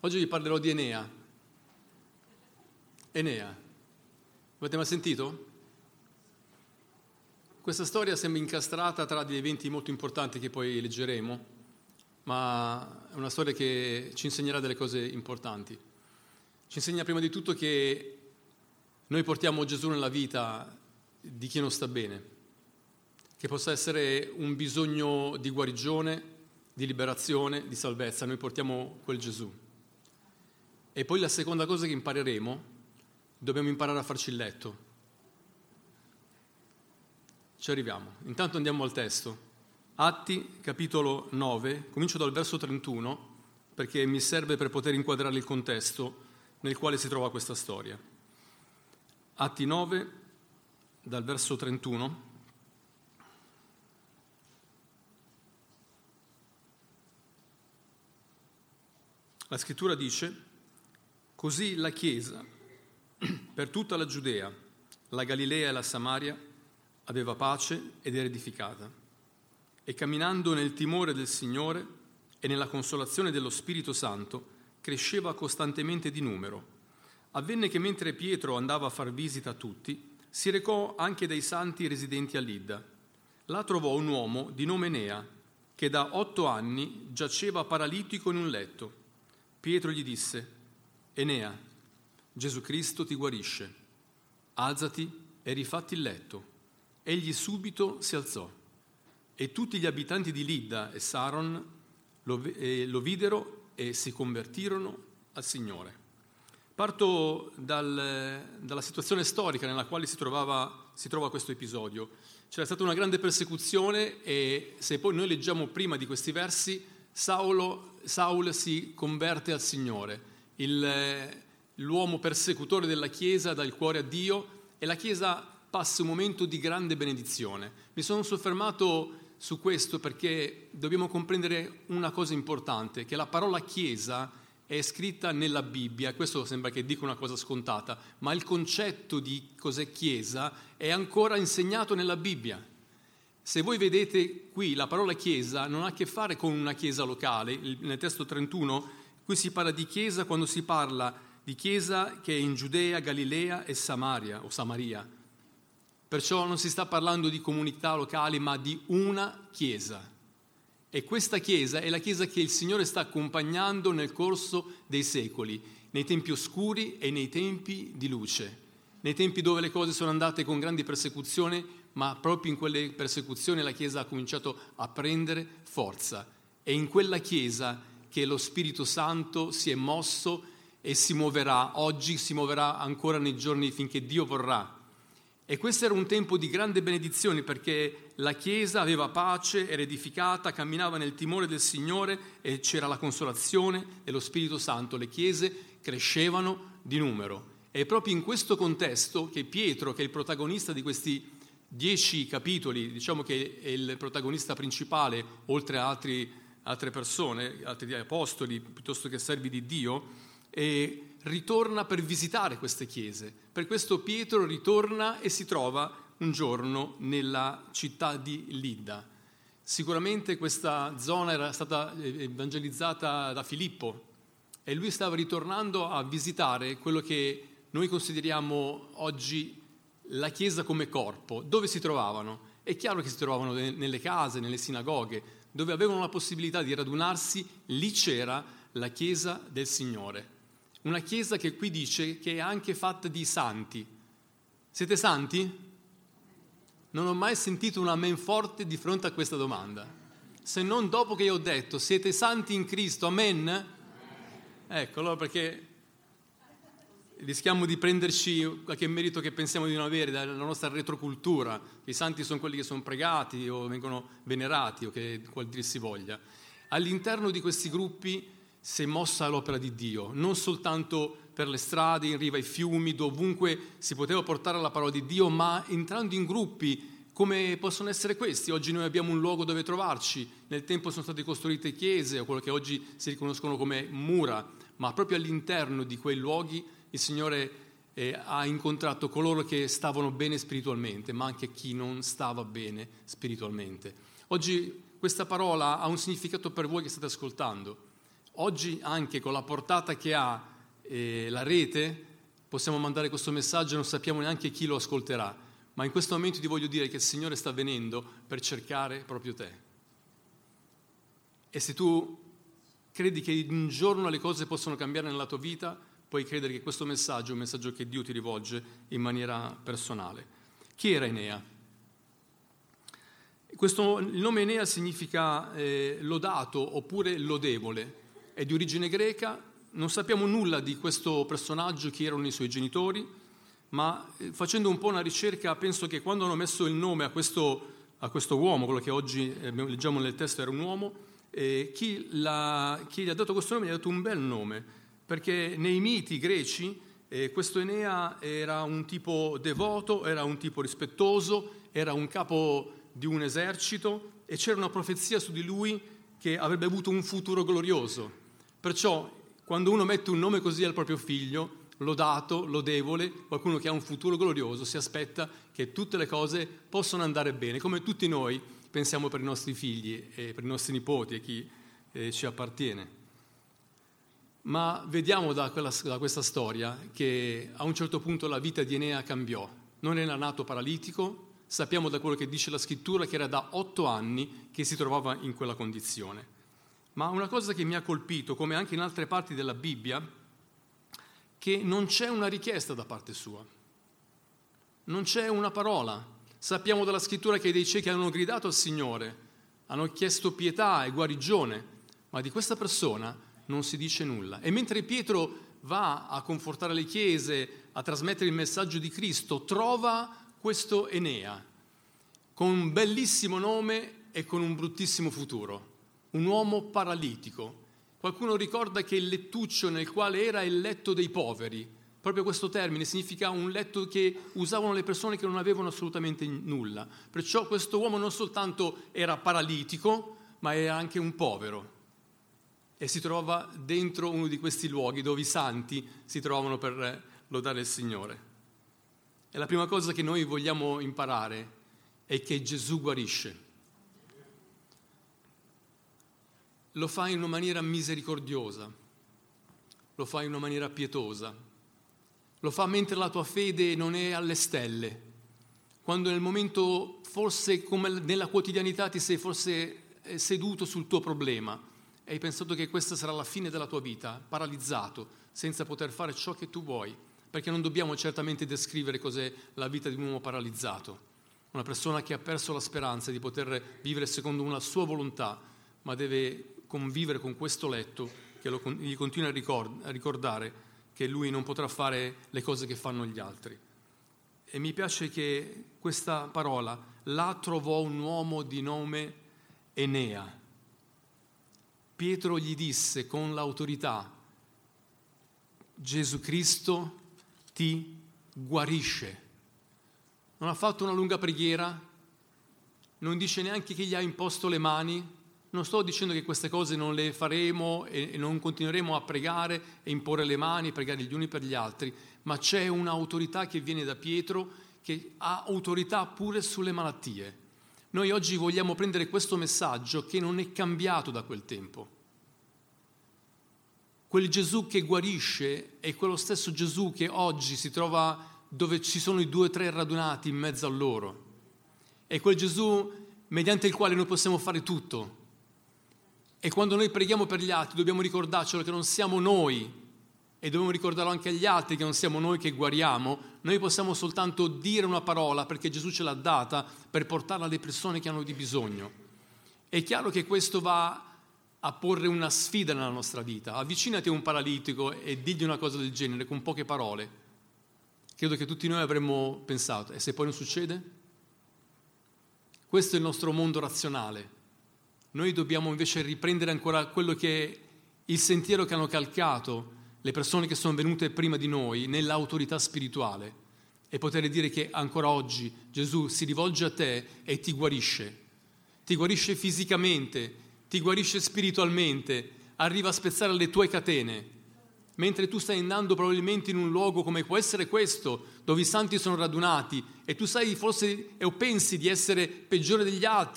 Oggi vi parlerò di Enea. Enea. Avete mai sentito? Questa storia sembra incastrata tra degli eventi molto importanti che poi leggeremo, ma è una storia che ci insegnerà delle cose importanti. Ci insegna prima di tutto che noi portiamo Gesù nella vita di chi non sta bene, che possa essere un bisogno di guarigione, di liberazione, di salvezza. Noi portiamo quel Gesù. E poi la seconda cosa che impareremo, dobbiamo imparare a farci il letto. Ci arriviamo. Intanto andiamo al testo. Atti, capitolo 9, comincio dal verso 31, perché mi serve per poter inquadrare il contesto nel quale si trova questa storia. Atti 9, dal verso 31. La scrittura dice: così la Chiesa, per tutta la Giudea, la Galilea e la Samaria, aveva pace ed era edificata. E camminando nel timore del Signore e nella consolazione dello Spirito Santo, cresceva costantemente di numero. Avvenne che mentre Pietro andava a far visita a tutti, si recò anche dai santi residenti a Lidda. Là trovò un uomo di nome Enea, che da 8 anni giaceva paralitico in un letto. Pietro gli disse: Enea, Gesù Cristo ti guarisce. Alzati e rifatti il letto. Egli subito si alzò. E tutti gli abitanti di Lidda e Saron lo videro e si convertirono al Signore. Parto dalla situazione storica nella quale si trova questo episodio. C'era stata una grande persecuzione e se poi noi leggiamo prima di questi versi, Saul si converte al Signore. L'uomo persecutore della Chiesa dà il cuore a Dio e la Chiesa passa un momento di grande benedizione. Mi sono soffermato su questo perché dobbiamo comprendere una cosa importante, che la parola Chiesa è scritta nella Bibbia. Questo sembra che dica una cosa scontata, ma il concetto di cos'è Chiesa è ancora insegnato nella Bibbia. Se voi vedete qui, la parola Chiesa non ha a che fare con una chiesa locale. Nel testo 31 qui si parla di Chiesa quando si parla di Chiesa che è in Giudea, Galilea e Samaria o Samaria. Perciò non si sta parlando di comunità locali, ma di una Chiesa. E questa Chiesa è la Chiesa che il Signore sta accompagnando nel corso dei secoli, nei tempi oscuri e nei tempi di luce, nei tempi dove le cose sono andate con grandi persecuzioni, ma proprio in quelle persecuzioni la Chiesa ha cominciato a prendere forza. È in quella Chiesa che lo Spirito Santo si è mosso e si muoverà, oggi si muoverà ancora nei giorni finché Dio vorrà. E questo era un tempo di grande benedizione perché la Chiesa aveva pace, era edificata, camminava nel timore del Signore e c'era la consolazione e lo Spirito Santo. Le chiese crescevano di numero. È proprio in questo contesto che Pietro, che è il protagonista di questi 10 capitoli, diciamo che è il protagonista principale, oltre a altre persone, altri apostoli, piuttosto che servi di Dio, e ritorna per visitare queste chiese. Per questo Pietro ritorna e si trova un giorno nella città di Lidda. Sicuramente questa zona era stata evangelizzata da Filippo e lui stava ritornando a visitare quello che noi consideriamo oggi la Chiesa come corpo. Dove si trovavano? È chiaro che si trovavano nelle case, nelle sinagoghe, dove avevano la possibilità di radunarsi. Lì c'era la Chiesa del Signore. Una Chiesa che qui dice che è anche fatta di santi. Siete santi? Non ho mai sentito un amen forte di fronte a questa domanda. Se non dopo che io ho detto siete santi in Cristo, amen? Ecco, allora perché rischiamo di prenderci qualche merito che pensiamo di non avere dalla nostra retrocultura. I santi sono quelli che sono pregati o vengono venerati o che qual dir si voglia. All'interno di questi gruppi si è mossa l'opera di Dio, non soltanto per le strade, in riva ai fiumi, dovunque si poteva portare la parola di Dio, ma entrando in gruppi come possono essere questi. Oggi noi abbiamo un luogo dove trovarci, nel tempo sono state costruite chiese o quello che oggi si riconoscono come mura, ma proprio all'interno di quei luoghi il Signore ha incontrato coloro che stavano bene spiritualmente, ma anche chi non stava bene spiritualmente. Oggi questa parola ha un significato per voi che state ascoltando. Oggi anche con la portata che ha la rete possiamo mandare questo messaggio e non sappiamo neanche chi lo ascolterà, ma in questo momento ti voglio dire che il Signore sta venendo per cercare proprio te. E se tu credi che un giorno le cose possono cambiare nella tua vita, puoi credere che questo messaggio è un messaggio che Dio ti rivolge in maniera personale. Chi era Enea? Il nome Enea significa lodato oppure lodevole, è di origine greca. Non sappiamo nulla di questo personaggio, chi erano i suoi genitori, ma facendo un po' una ricerca penso che quando hanno messo il nome a questo uomo, quello che oggi leggiamo nel testo era un uomo, chi gli ha dato questo nome gli ha dato un bel nome, perché nei miti greci questo Enea era un tipo devoto, era un tipo rispettoso, era un capo di un esercito e c'era una profezia su di lui che avrebbe avuto un futuro glorioso. Perciò quando uno mette un nome così al proprio figlio, lodato, lodevole, qualcuno che ha un futuro glorioso, si aspetta che tutte le cose possano andare bene, come tutti noi pensiamo per i nostri figli e per i nostri nipoti e chi ci appartiene. Ma vediamo da questa storia che a un certo punto la vita di Enea cambiò. Non era nato paralitico, sappiamo da quello che dice la scrittura che era da 8 anni che si trovava in quella condizione. Ma una cosa che mi ha colpito, come anche in altre parti della Bibbia, che non c'è una richiesta da parte sua, non c'è una parola. Sappiamo dalla scrittura che dei ciechi hanno gridato al Signore, hanno chiesto pietà e guarigione, ma di questa persona non si dice nulla. E mentre Pietro va a confortare le chiese, a trasmettere il messaggio di Cristo, trova questo Enea, con un bellissimo nome e con un bruttissimo futuro. Un uomo paralitico. Qualcuno ricorda che il lettuccio nel quale era il letto dei poveri, proprio questo termine significa un letto che usavano le persone che non avevano assolutamente nulla. Perciò questo uomo non soltanto era paralitico, ma era anche un povero. E si trovava dentro uno di questi luoghi dove i santi si trovavano per lodare il Signore. E la prima cosa che noi vogliamo imparare è che Gesù guarisce. Lo fa in una maniera misericordiosa, lo fa in una maniera pietosa, lo fa mentre la tua fede non è alle stelle, quando nel momento forse come nella quotidianità ti sei forse seduto sul tuo problema e hai pensato che questa sarà la fine della tua vita, paralizzato, senza poter fare ciò che tu vuoi, perché non dobbiamo certamente descrivere cos'è la vita di un uomo paralizzato, una persona che ha perso la speranza di poter vivere secondo una sua volontà, ma deve convivere con questo letto che gli continua a ricordare che lui non potrà fare le cose che fanno gli altri. E mi piace che questa parola la trovò un uomo di nome Enea. Pietro gli disse con l'autorità: Gesù Cristo ti guarisce. Non ha fatto una lunga preghiera, non dice neanche che gli ha imposto le mani. Non sto dicendo che queste cose non le faremo e non continueremo a pregare e imporre le mani, pregare gli uni per gli altri, ma c'è un'autorità che viene da Pietro che ha autorità pure sulle malattie. Noi oggi vogliamo prendere questo messaggio che non è cambiato da quel tempo. Quel Gesù che guarisce è quello stesso Gesù che oggi si trova dove ci sono i 2 o 3 radunati in mezzo a loro. È quel Gesù mediante il quale noi possiamo fare tutto. E quando noi preghiamo per gli altri dobbiamo ricordarcelo che non siamo noi, e dobbiamo ricordarlo anche agli altri che non siamo noi che guariamo. Noi possiamo soltanto dire una parola perché Gesù ce l'ha data per portarla alle persone che hanno di bisogno. È chiaro che questo va a porre una sfida nella nostra vita. Avvicinati a un paralitico e digli una cosa del genere con poche parole. Credo che tutti noi avremmo pensato: e se poi non succede? Questo è il nostro mondo razionale. Noi dobbiamo invece riprendere ancora quello che è il sentiero che hanno calcato le persone che sono venute prima di noi nell'autorità spirituale e poter dire che ancora oggi Gesù si rivolge a te e ti guarisce fisicamente, ti guarisce spiritualmente, arriva a spezzare le tue catene, mentre tu stai andando probabilmente in un luogo come può essere questo, dove i santi sono radunati e tu sai forse o pensi di essere peggiore degli altri,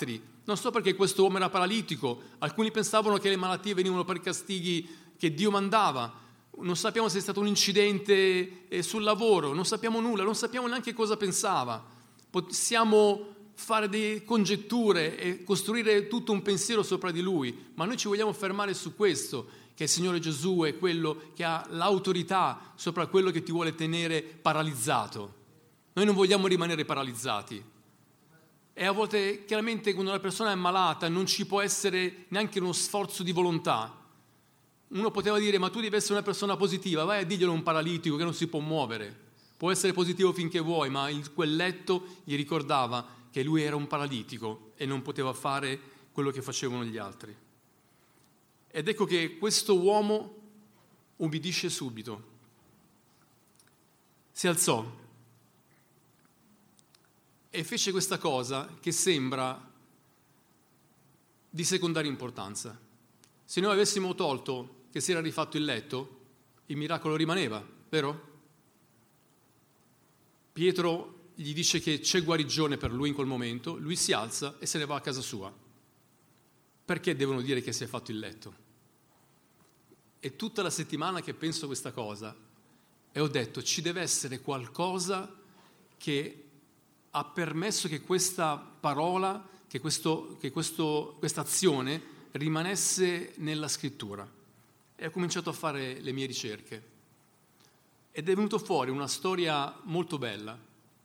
Non so perché questo uomo era paralitico, alcuni pensavano che le malattie venivano per castighi che Dio mandava, non sappiamo se è stato un incidente sul lavoro, non sappiamo nulla, non sappiamo neanche cosa pensava. Possiamo fare delle congetture e costruire tutto un pensiero sopra di lui, ma noi ci vogliamo fermare su questo, che il Signore Gesù è quello che ha l'autorità sopra quello che ti vuole tenere paralizzato. Noi non vogliamo rimanere paralizzati. E a volte, chiaramente, quando una persona è malata non ci può essere neanche uno sforzo di volontà. Uno poteva dire, ma tu devi essere una persona positiva, vai a dirglielo a un paralitico che non si può muovere. Può essere positivo finché vuoi, ma quel letto gli ricordava che lui era un paralitico e non poteva fare quello che facevano gli altri. Ed ecco che questo uomo ubbidisce subito. Si alzò e fece questa cosa che sembra di secondaria importanza. Se noi avessimo tolto che si era rifatto il letto, il miracolo rimaneva, vero? Pietro gli dice che c'è guarigione per lui in quel momento, lui si alza e se ne va a casa sua. Perché devono dire che si è fatto il letto? E tutta la settimana che penso questa cosa e ho detto ci deve essere qualcosa che ha permesso che questa parola, che questa azione rimanesse nella scrittura. E ho cominciato a fare le mie ricerche. Ed è venuto fuori una storia molto bella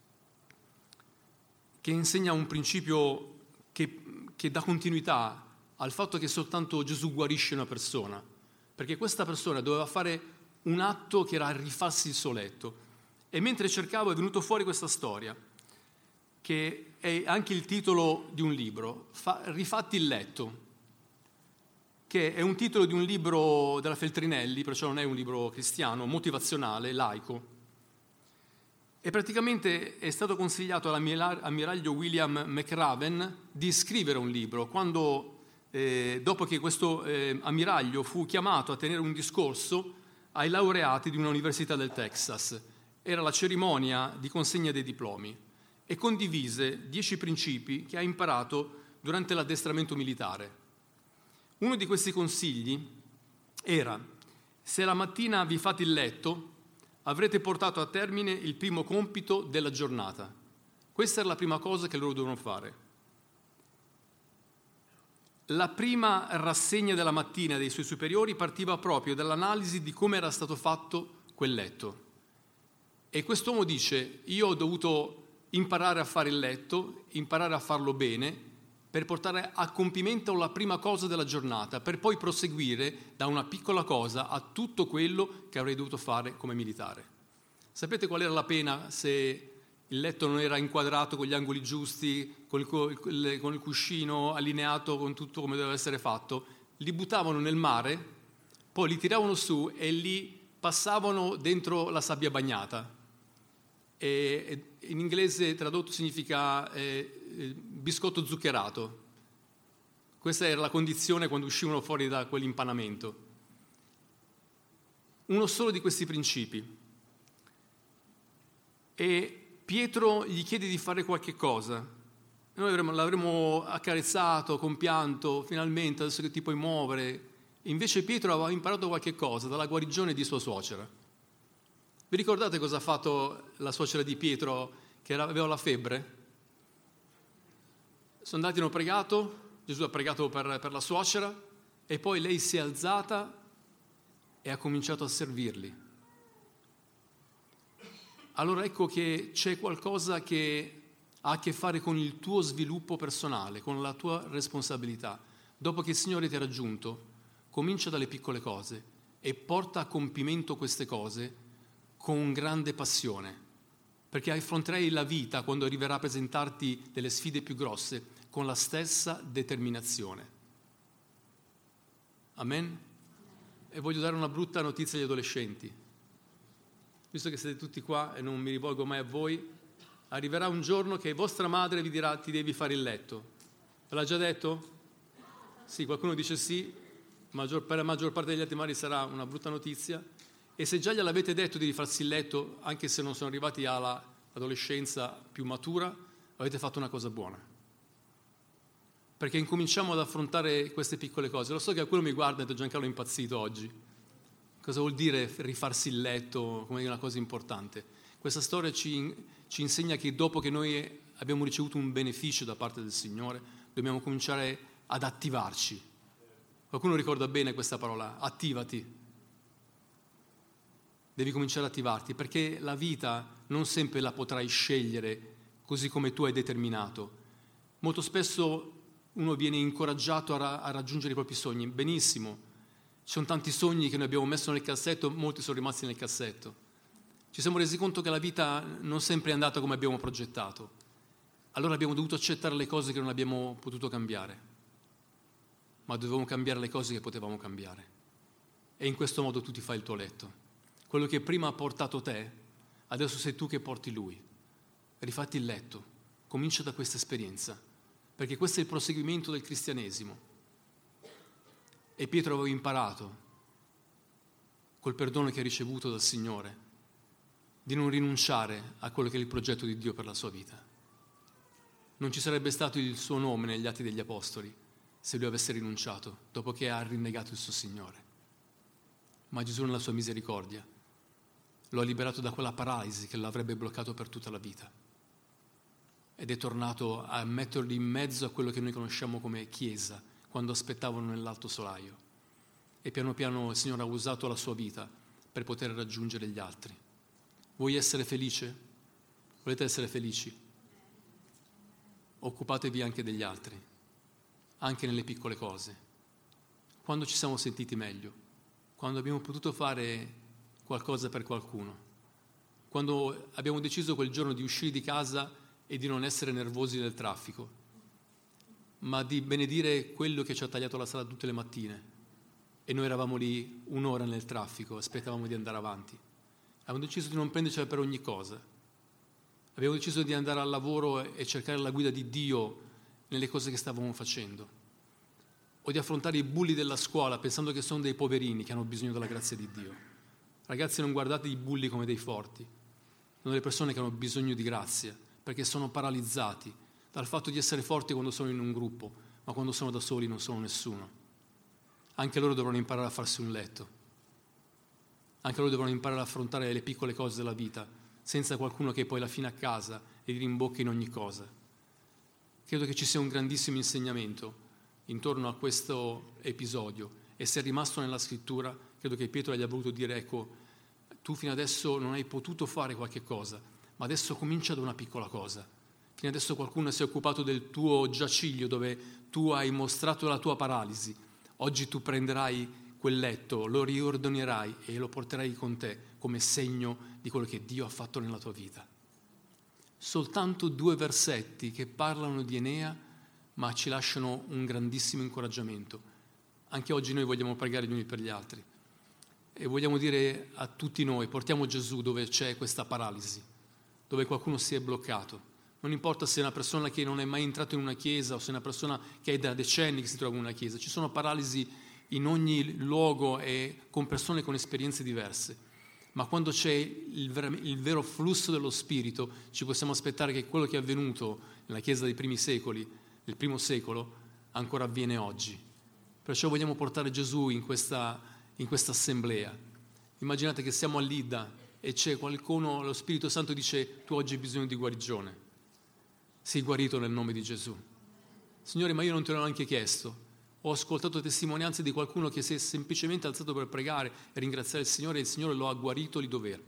che insegna un principio che dà continuità al fatto che soltanto Gesù guarisce una persona, perché questa persona doveva fare un atto che era rifarsi il suo letto. E mentre cercavo è venuto fuori questa storia, che è anche il titolo di un libro, Rifatti il letto, che è un titolo di un libro della Feltrinelli, perciò non è un libro cristiano, motivazionale, laico. E praticamente è stato consigliato all'ammiraglio William McRaven di scrivere un libro, quando, dopo che questo ammiraglio fu chiamato a tenere un discorso ai laureati di un'università del Texas. Era la cerimonia di consegna dei diplomi. E condivise 10 principi che ha imparato durante l'addestramento militare. Uno di questi consigli era: se la mattina vi fate il letto, avrete portato a termine il primo compito della giornata. Questa era la prima cosa che loro dovevano fare. La prima rassegna della mattina dei suoi superiori partiva proprio dall'analisi di come era stato fatto quel letto. E quest'uomo dice: io ho dovuto imparare a fare il letto, imparare a farlo bene, per portare a compimento la prima cosa della giornata, per poi proseguire da una piccola cosa a tutto quello che avrei dovuto fare come militare. Sapete qual era la pena se il letto non era inquadrato con gli angoli giusti, con il cuscino allineato con tutto come doveva essere fatto? Li buttavano nel mare, poi li tiravano su e li passavano dentro la sabbia bagnata. E in inglese tradotto significa biscotto zuccherato. Questa era la condizione quando uscivano fuori da quell'impanamento. Uno solo di questi principi. E Pietro gli chiede di fare qualche cosa. Noi l'avremmo accarezzato, compianto, finalmente, adesso che ti puoi muovere. Invece Pietro aveva imparato qualche cosa dalla guarigione di sua suocera. Vi ricordate cosa ha fatto la suocera di Pietro che aveva la febbre? Sono andati, hanno pregato, Gesù ha pregato per la suocera e poi lei si è alzata e ha cominciato a servirli. Allora ecco che c'è qualcosa che ha a che fare con il tuo sviluppo personale, con la tua responsabilità. Dopo che il Signore ti ha raggiunto, comincia dalle piccole cose e porta a compimento queste cose con grande passione, perché affronterai la vita quando arriverà a presentarti delle sfide più grosse con la stessa determinazione. Amen? E voglio dare una brutta notizia agli adolescenti. Visto che siete tutti qua e non mi rivolgo mai a voi, arriverà un giorno che vostra madre vi dirà ti devi fare il letto. Ve l'ha già detto? Sì, qualcuno dice sì, per la maggior parte degli altri magari sarà una brutta notizia. E se già gliel'avete detto di rifarsi il letto, anche se non sono arrivati all'adolescenza più matura, avete fatto una cosa buona. perché incominciamo ad affrontare queste piccole cose. Lo so che qualcuno mi guarda e ha detto: Giancarlo è impazzito oggi. Cosa vuol dire rifarsi il letto come una cosa importante? Questa storia ci insegna che dopo che noi abbiamo ricevuto un beneficio da parte del Signore, dobbiamo cominciare ad attivarci. Qualcuno ricorda bene questa parola? Attivati. Devi cominciare ad attivarti, perché la vita non sempre la potrai scegliere così come tu hai determinato. Molto spesso uno viene incoraggiato a raggiungere i propri sogni. Benissimo, ci sono tanti sogni che noi abbiamo messo nel cassetto, molti sono rimasti nel cassetto. Ci siamo resi conto che la vita non sempre è andata come abbiamo progettato. Allora abbiamo dovuto accettare le cose che non abbiamo potuto cambiare, ma dovevamo cambiare le cose che potevamo cambiare. E in questo modo tu ti fai il tuo letto. Quello che prima ha portato te, adesso sei tu che porti lui. Rifatti il letto, comincia da questa esperienza, perché questo è il proseguimento del cristianesimo. E Pietro aveva imparato, col perdono che ha ricevuto dal Signore, di non rinunciare a quello che è il progetto di Dio per la sua vita. Non ci sarebbe stato il suo nome negli Atti degli Apostoli se lui avesse rinunciato dopo che ha rinnegato il suo Signore. Ma Gesù nella sua misericordia lo ha liberato da quella paralisi che l'avrebbe bloccato per tutta la vita ed è tornato a metterli in mezzo a quello che noi conosciamo come Chiesa, quando aspettavano nell'alto solaio. E piano piano il Signore ha usato la sua vita per poter raggiungere gli altri. Vuoi essere felice? Volete essere felici? Occupatevi anche degli altri, anche nelle piccole cose. Quando ci siamo sentiti meglio, quando abbiamo potuto fare qualcosa per qualcuno, quando abbiamo deciso quel giorno di uscire di casa e di non essere nervosi del traffico, ma di benedire quello che ci ha tagliato la strada tutte le mattine e noi eravamo lì un'ora nel traffico, aspettavamo di andare avanti. Abbiamo deciso di non prendercela per ogni cosa. Abbiamo deciso di andare al lavoro e cercare la guida di Dio nelle cose che stavamo facendo. O di affrontare i bulli della scuola pensando che sono dei poverini che hanno bisogno della grazia di Dio. Ragazzi, non guardate i bulli come dei forti. Sono delle persone che hanno bisogno di grazia perché sono paralizzati dal fatto di essere forti quando sono in un gruppo, ma quando sono da soli non sono nessuno. Anche loro dovranno imparare a farsi un letto. Anche loro devono imparare ad affrontare le piccole cose della vita, senza qualcuno che poi la fine a casa e li rimbocca in ogni cosa. Credo che ci sia un grandissimo insegnamento intorno a questo episodio e se è rimasto nella scrittura, credo che Pietro gli abbia voluto dire: ecco, tu fino adesso non hai potuto fare qualche cosa, ma adesso comincia da una piccola cosa. Fino adesso qualcuno si è occupato del tuo giaciglio dove tu hai mostrato la tua paralisi. Oggi tu prenderai quel letto, lo riordinerai e lo porterai con te come segno di quello che Dio ha fatto nella tua vita. Soltanto 2 versetti che parlano di Enea, ma ci lasciano un grandissimo incoraggiamento. Anche oggi noi vogliamo pregare gli uni per gli altri e vogliamo dire a tutti noi: portiamo Gesù dove c'è questa paralisi, dove qualcuno si è bloccato. Non importa se è una persona che non è mai entrata in una chiesa o se è una persona che è da decenni che si trova in una chiesa. Ci sono paralisi in ogni luogo e con persone con esperienze diverse, ma quando c'è il vero flusso dello Spirito ci possiamo aspettare che quello che è avvenuto nella Chiesa dei primi secoli, del primo secolo, ancora avviene oggi. Perciò vogliamo portare Gesù in questa assemblea. Immaginate che siamo a Lidda e c'è qualcuno, lo Spirito Santo dice: tu oggi hai bisogno di guarigione, sei guarito nel nome di Gesù. Signore, ma io non te l'ho neanche chiesto. Ho ascoltato testimonianze di qualcuno che si è semplicemente alzato per pregare e ringraziare il Signore e il Signore lo ha guarito lì dov'era.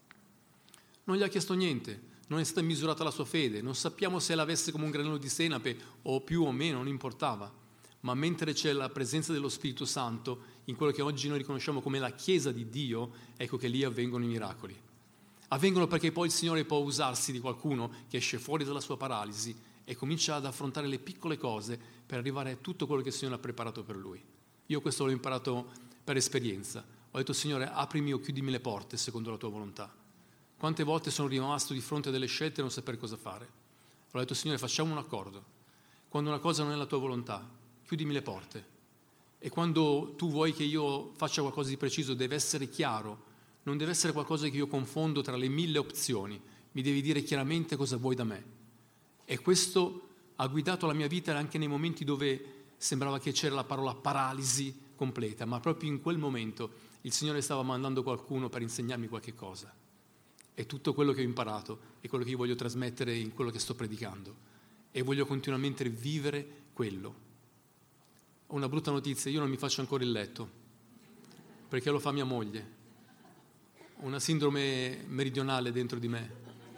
Non gli ha chiesto niente, non è stata misurata la sua fede, non sappiamo se l'avesse come un granello di senape o più o meno, non importava. Ma mentre c'è la presenza dello Spirito Santo, in quello che oggi noi riconosciamo come la Chiesa di Dio, ecco che lì avvengono i miracoli. Avvengono perché poi il Signore può usarsi di qualcuno che esce fuori dalla sua paralisi e comincia ad affrontare le piccole cose per arrivare a tutto quello che il Signore ha preparato per lui. Io questo l'ho imparato per esperienza. Ho detto: Signore, aprimi o chiudimi le porte secondo la tua volontà. Quante volte sono rimasto di fronte a delle scelte e non saper cosa fare. Ho detto: Signore, facciamo un accordo. Quando una cosa non è la tua volontà, chiudimi le porte. E quando tu vuoi che io faccia qualcosa di preciso, deve essere chiaro, non deve essere qualcosa che io confondo tra le 1000 opzioni. Mi devi dire chiaramente cosa vuoi da me. E questo ha guidato la mia vita anche nei momenti dove sembrava che c'era la parola paralisi completa, ma proprio in quel momento il Signore stava mandando qualcuno per insegnarmi qualche cosa. E tutto quello che ho imparato è quello che io voglio trasmettere in quello che sto predicando. E voglio continuamente vivere quello. Ho una brutta notizia, io non mi faccio ancora il letto, perché lo fa mia moglie. Ho una sindrome meridionale dentro di me.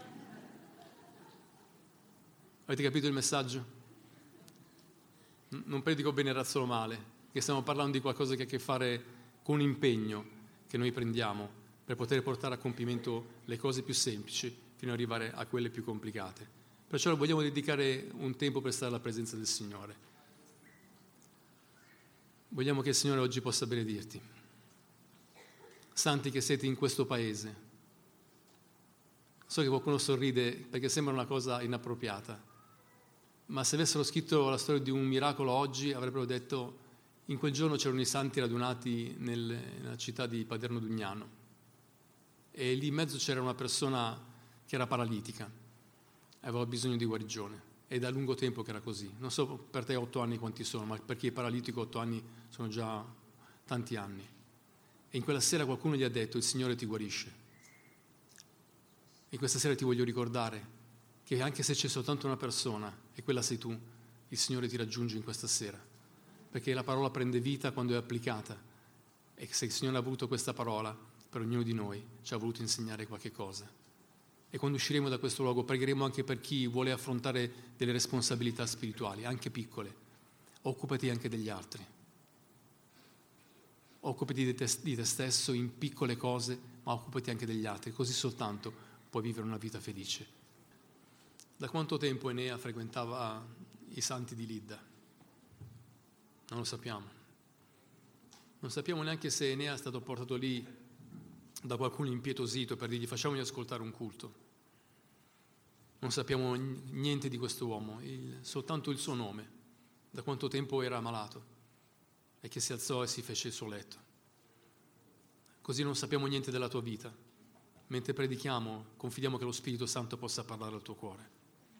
Avete capito il messaggio? Non predico bene il razzolo male, che stiamo parlando di qualcosa che ha a che fare con un impegno che noi prendiamo per poter portare a compimento le cose più semplici fino ad arrivare a quelle più complicate. Perciò vogliamo dedicare un tempo per stare alla presenza del Signore. Vogliamo che il Signore oggi possa benedirti. Santi che siete in questo paese. So che qualcuno sorride perché sembra una cosa inappropriata, ma se avessero scritto la storia di un miracolo oggi avrebbero detto: in quel giorno c'erano i santi radunati nella città di Paderno Dugnano e lì in mezzo c'era una persona che era paralitica, aveva bisogno di guarigione, è da lungo tempo che era così. Non so per te 8 anni quanti sono, ma per chi è paralitico 8 anni sono già tanti anni. E in quella sera qualcuno gli ha detto: il Signore ti guarisce. E questa sera ti voglio ricordare che anche se c'è soltanto una persona e quella sei tu, il Signore ti raggiunge in questa sera, perché la parola prende vita quando è applicata, e se il Signore ha voluto questa parola per ognuno di noi ci ha voluto insegnare qualche cosa. E quando usciremo da questo luogo pregheremo anche per chi vuole affrontare delle responsabilità spirituali, anche piccole. Occupati anche degli altri, occupati di te stesso in piccole cose, ma occupati anche degli altri, così soltanto puoi vivere una vita felice. Da quanto tempo Enea frequentava i santi di Lidda? Non lo sappiamo. Non sappiamo neanche se Enea è stato portato lì da qualcuno impietosito per dirgli: facciamogli ascoltare un culto. Non sappiamo niente di questo uomo, soltanto il suo nome, da quanto tempo era malato e che si alzò e si fece il suo letto. Così non sappiamo niente della tua vita. Mentre predichiamo, confidiamo che lo Spirito Santo possa parlare al tuo cuore.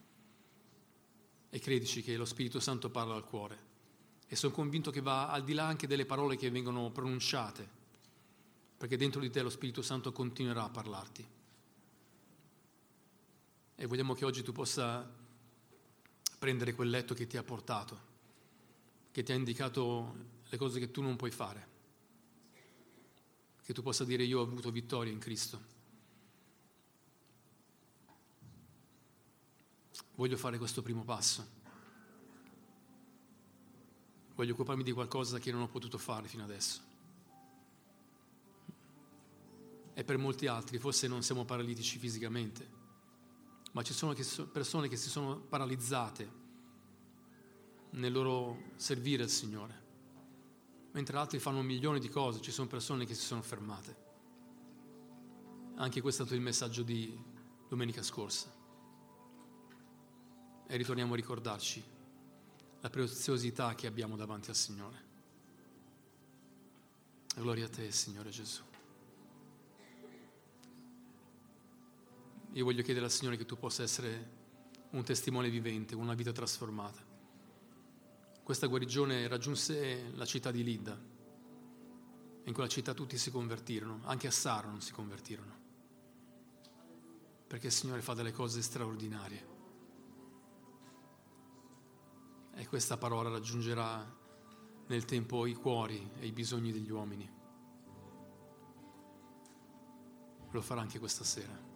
E credici che lo Spirito Santo parla al cuore. E sono convinto che va al di là anche delle parole che vengono pronunciate, perché dentro di te lo Spirito Santo continuerà a parlarti. E vogliamo che oggi tu possa prendere quel letto che ti ha portato, che ti ha indicato le cose che tu non puoi fare, che tu possa dire: io ho avuto vittoria in Cristo. Voglio fare questo primo passo. Voglio occuparmi di qualcosa che non ho potuto fare fino adesso. E per molti altri forse non siamo paralitici fisicamente, ma ci sono persone che si sono paralizzate nel loro servire il Signore, mentre altri fanno milioni di cose. Ci sono persone che si sono fermate. Anche questo è stato il messaggio di domenica scorsa. E ritorniamo a ricordarci la preziosità che abbiamo davanti al Signore. Gloria a te, Signore Gesù. Io voglio chiedere al Signore che tu possa essere un testimone vivente, una vita trasformata. Questa guarigione raggiunse la città di Lidda. In quella città tutti si convertirono, anche a Sara non si convertirono, perché il Signore fa delle cose straordinarie. E questa parola raggiungerà nel tempo i cuori e i bisogni degli uomini. Lo farà anche questa sera.